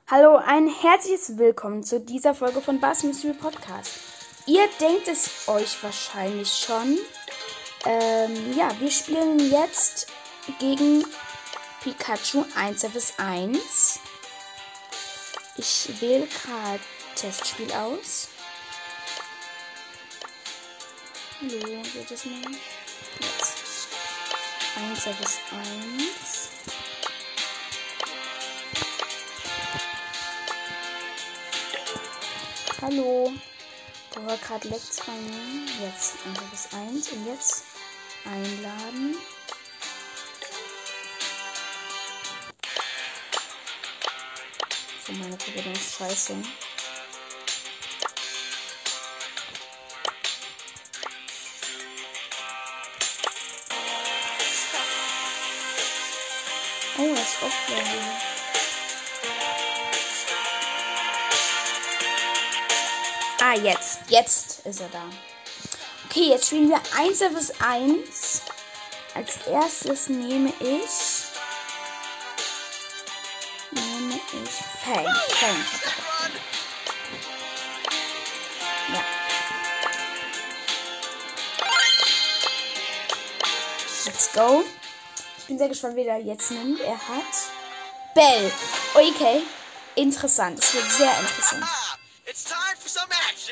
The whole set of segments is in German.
Hallo, ein herzliches Willkommen zu dieser Folge von Buzz Mystery Podcast. Ihr denkt es euch wahrscheinlich schon. Wir spielen jetzt gegen Pikachu 1 vs 1. Ich wähle gerade Testspiel aus. Hallo, wird das mal? Jetzt. 1 vs 1. Hallo. Da war gerade Lecks bei mir. Jetzt 1 vs 1 und jetzt einladen. So, meine Verbindung ist scheiße. Oh, er ist offline. Ah, jetzt ist er da. Okay, jetzt spielen wir 1 vs 1. Als erstes nehme ich Fang. Ja. Let's go. Ich bin sehr gespannt, wie er jetzt nimmt. Er hat Bell. Okay, interessant. Das wird sehr interessant. It's time for some action.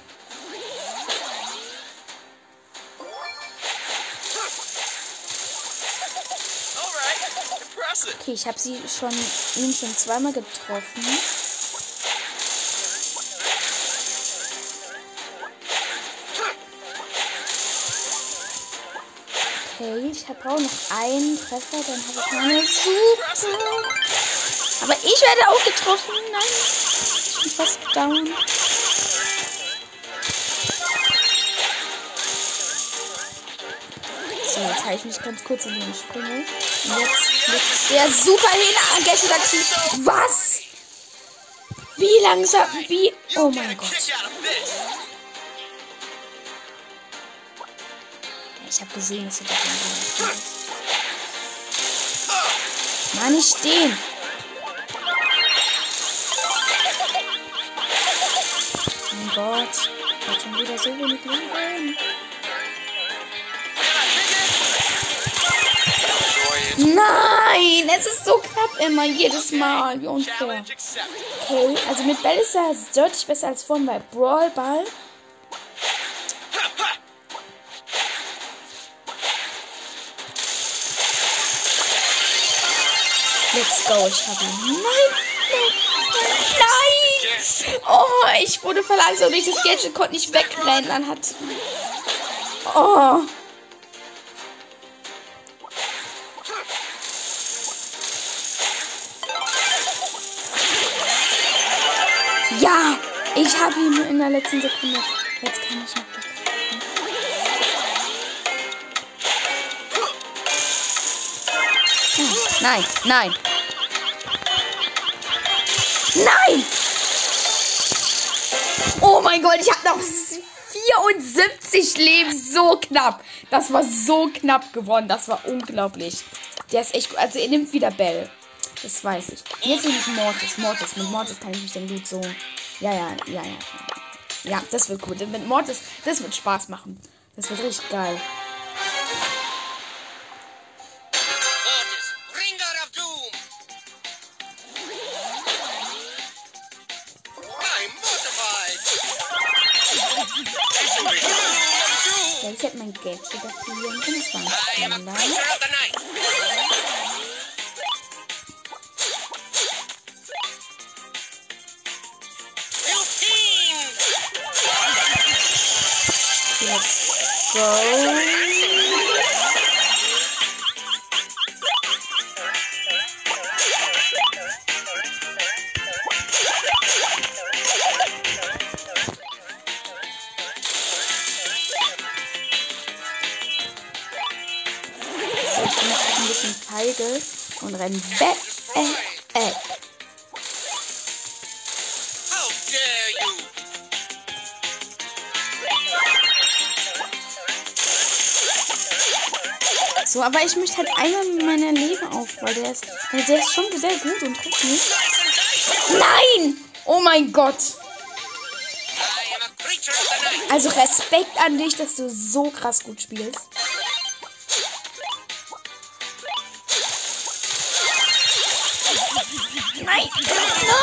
All right, impressive. Okay, ich habe ihn schon zweimal getroffen. Okay, ich brauche noch einen Treffer, dann habe ich meine Super. Aber ich werde auch getroffen. Nein, ich bin fast down. So, jetzt halte ich mich ganz kurz in den Sprünge. Und jetzt liegt der Super hin. Gäste. Was? Wie langsam? Wie? Oh mein Gott. Ich habe gesehen, dass er da drin ist. Mann, nicht den. Mein Gott. Er hat schon wieder so wenig Leben. Nein, es ist so knapp immer, jedes Mal. Wie unfair. Okay, also mit Bell ist er deutlich besser als vorhin bei Brawl Ball. Let's go, ich habe ihn. Nein! Oh, ich wurde verlangsamt durch das Gadget, konnte nicht wegrennen. Dann hat... Oh. Ja, ich habe ihn in der letzten Sekunde. Jetzt kann ich noch weg. Nein. Oh mein Gott, ich habe noch 74 Leben. So knapp. Das war so knapp gewonnen. Das war unglaublich. Der ist echt gut. Also er nimmt wieder Bell. Das weiß ich. Jetzt nehme ich Mortis. Mit Mortis kann ich mich dann gut so... Ja. Ja, das wird gut. Mit Mortis, das wird Spaß machen. Das wird richtig geil. Ja, ich hätte mein Geld dafür hier und das war ein Let's go. Ich bin jetzt ein bisschen feige und renne weg. So, aber ich möchte halt einmal meiner Leben auf, weil der ist schon sehr gut und trifft mich. Nein! Oh mein Gott. I am a creature of the night. Also Respekt an dich, dass du so krass gut spielst. Nein. No.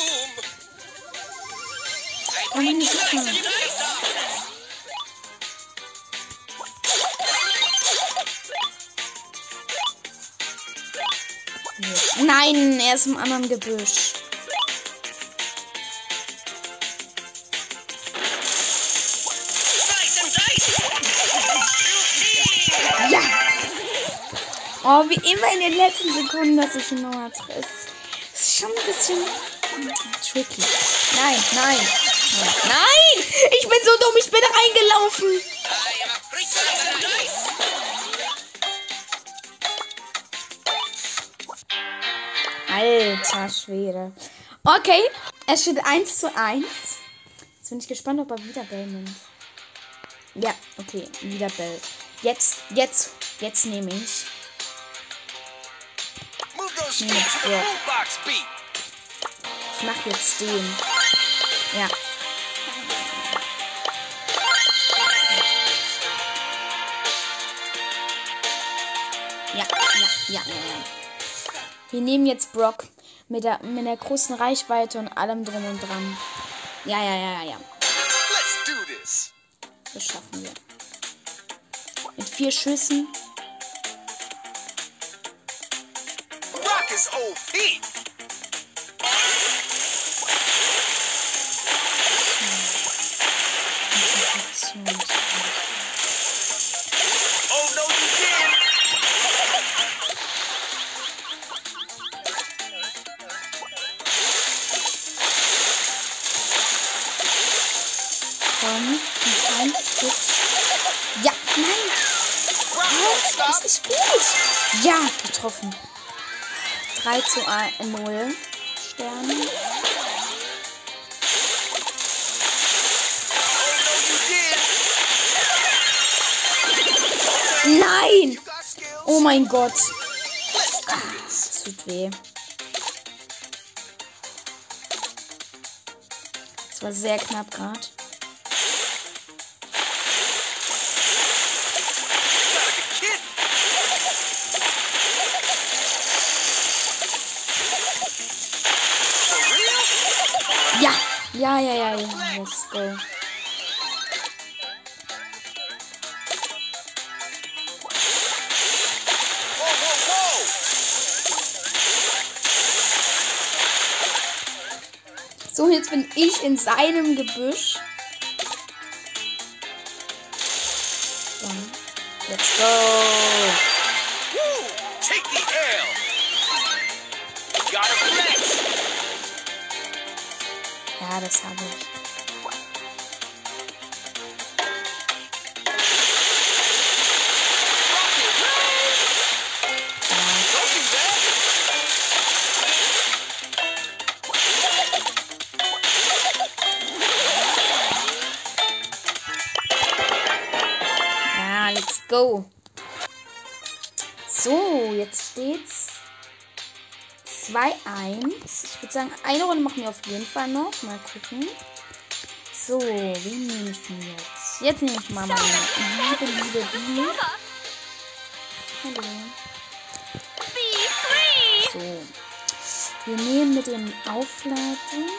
Kann man nicht machen. Nein, er ist im anderen Gebüsch. Ja. Oh, wie immer in den letzten Sekunden, dass ich ihn nochmal treffe. Das ist schon ein bisschen tricky. Nein, nein, nein, nein! Ich bin so dumm, ich bin reingelaufen. I am a creature of the night. Alter Schwede. Okay, es steht 1:1. Jetzt bin ich gespannt, ob er wieder Bell nimmt. Ja, okay, wieder Bell. Jetzt nehme ich. Move those Nehme feet jetzt to the Brock. boombox beat. Ich mache jetzt den. Ja. Ja. Wir nehmen jetzt Brock mit der großen Reichweite und allem drum und dran. Ja. Let's do this. Das schaffen wir. Mit 4 Schüssen. Brock is OP. Oh no, you didn't. Komm, noch ein Stück. Ja, nein. Brock won't Das stop. ist gut. Ja, getroffen. 3:0 Sterne. Oh no, you didn't. Nein! You got skills. Oh mein Gott. Let's do this. Das tut weh. Das war sehr knapp gerade. You gotta be kidding. For real? Ja. Let's go. Whoa, whoa, whoa. So, jetzt bin ich in seinem Gebüsch. Dann. Let's go. Woo! Take the L. Got a flex. Ja, das habe ich. Don't do that. Ja, let's go. So, jetzt steht's 2:1. Ich würde sagen, eine Runde machen wir auf jeden Fall noch. Mal gucken. So, wen nehme ich denn jetzt? Jetzt nehme ich mal meine liebe Biene. Hallo. So. Wir nehmen mit dem Aufladen.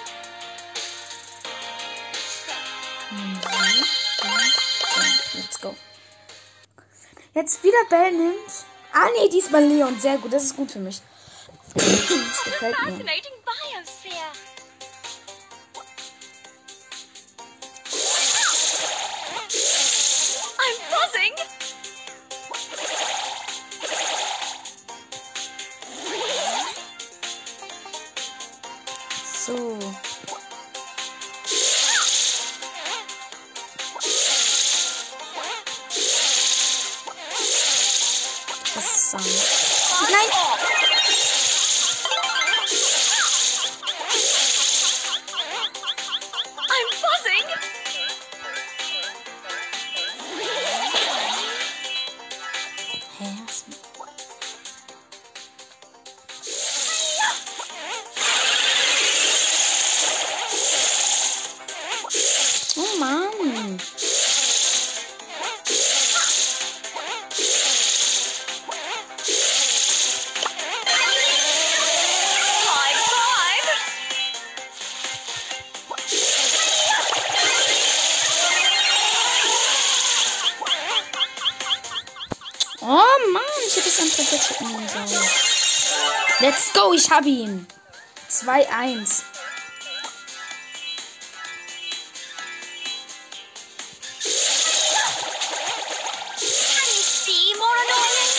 Let's go. Jetzt wieder Bell nimmt. Ah, nee, diesmal Leon. Sehr gut. Das ist gut für mich. Das gefällt mir. Fascinating biosphere. I'm buzzing. So. Das ist Nein! I'm buzzing. Hä? Was? ich jetzt mitnehmen soll. Let's go, ich hab ihn. 2-1. See more annoying?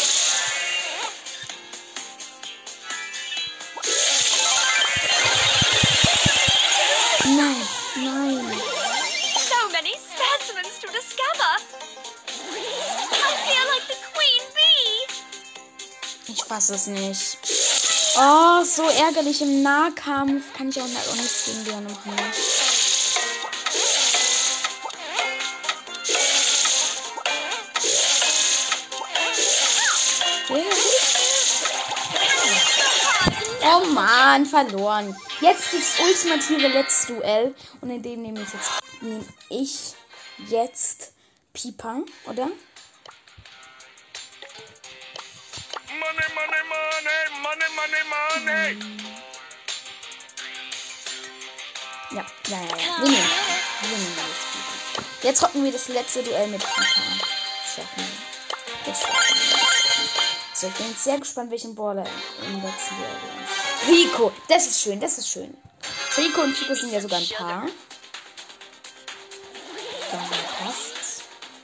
Nein, nein. So many specimens to discover. I feel like the queen bee. Ich fasse es nicht. Oh, so ärgerlich im Nahkampf. Kann ich auch nichts gegen Leon machen. Ne? Oh Mann, verloren. Jetzt das ultimative letzte Duell. Und in dem nehme ich jetzt Piper, oder? Money, money, money, money, money, money. Ja. Wir nehmen jetzt Piper. Jetzt rocken wir das letzte Duell mit Piper. Das schaffen wir. So, ich bin jetzt sehr gespannt, welchen Brawler im letzten Duell ist. Rico, das ist schön. Rico und Pico sind ja sogar ein Paar. Dann passt's.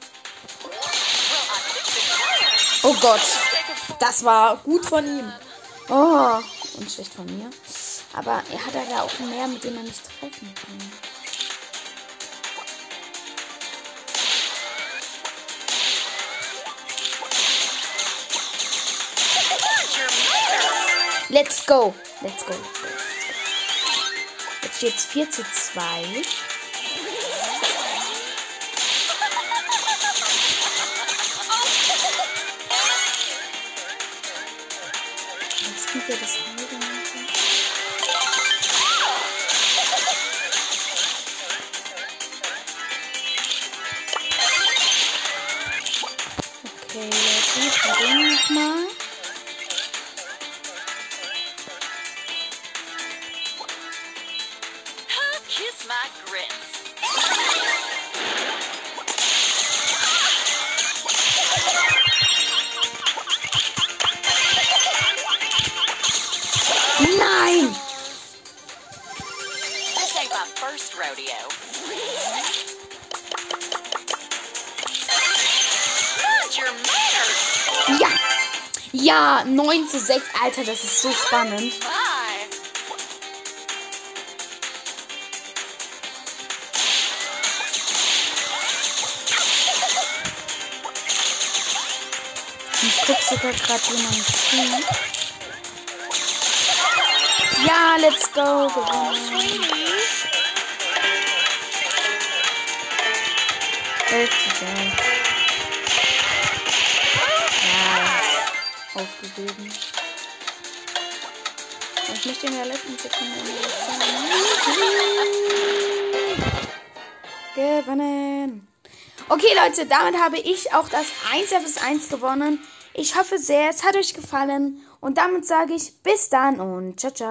Oh Gott, das war gut von ihm. Oh, und schlecht von mir. Aber er hat da auch mehr, mit dem er mich treffen kann. Let's go. Jetzt steht es 4:2. Jetzt kommt ja das Auge. Okay, Leute, probieren wir nochmal. Kiss my grits. Nein! This ain't my first rodeo. Mind your manners. Ja! Ja, 9:6. Alter, das ist so spannend. Bye. Ich guck sogar gerade jemanden zu. Ja, let's go. Gewonnen. 11:6. Ja, aufgegeben. Ich möchte in der letzten Sekunde gewonnen. Okay, Leute, damit habe ich auch das 1-1 gewonnen. Ich hoffe sehr, es hat euch gefallen. Und damit sage ich bis dann und ciao, ciao.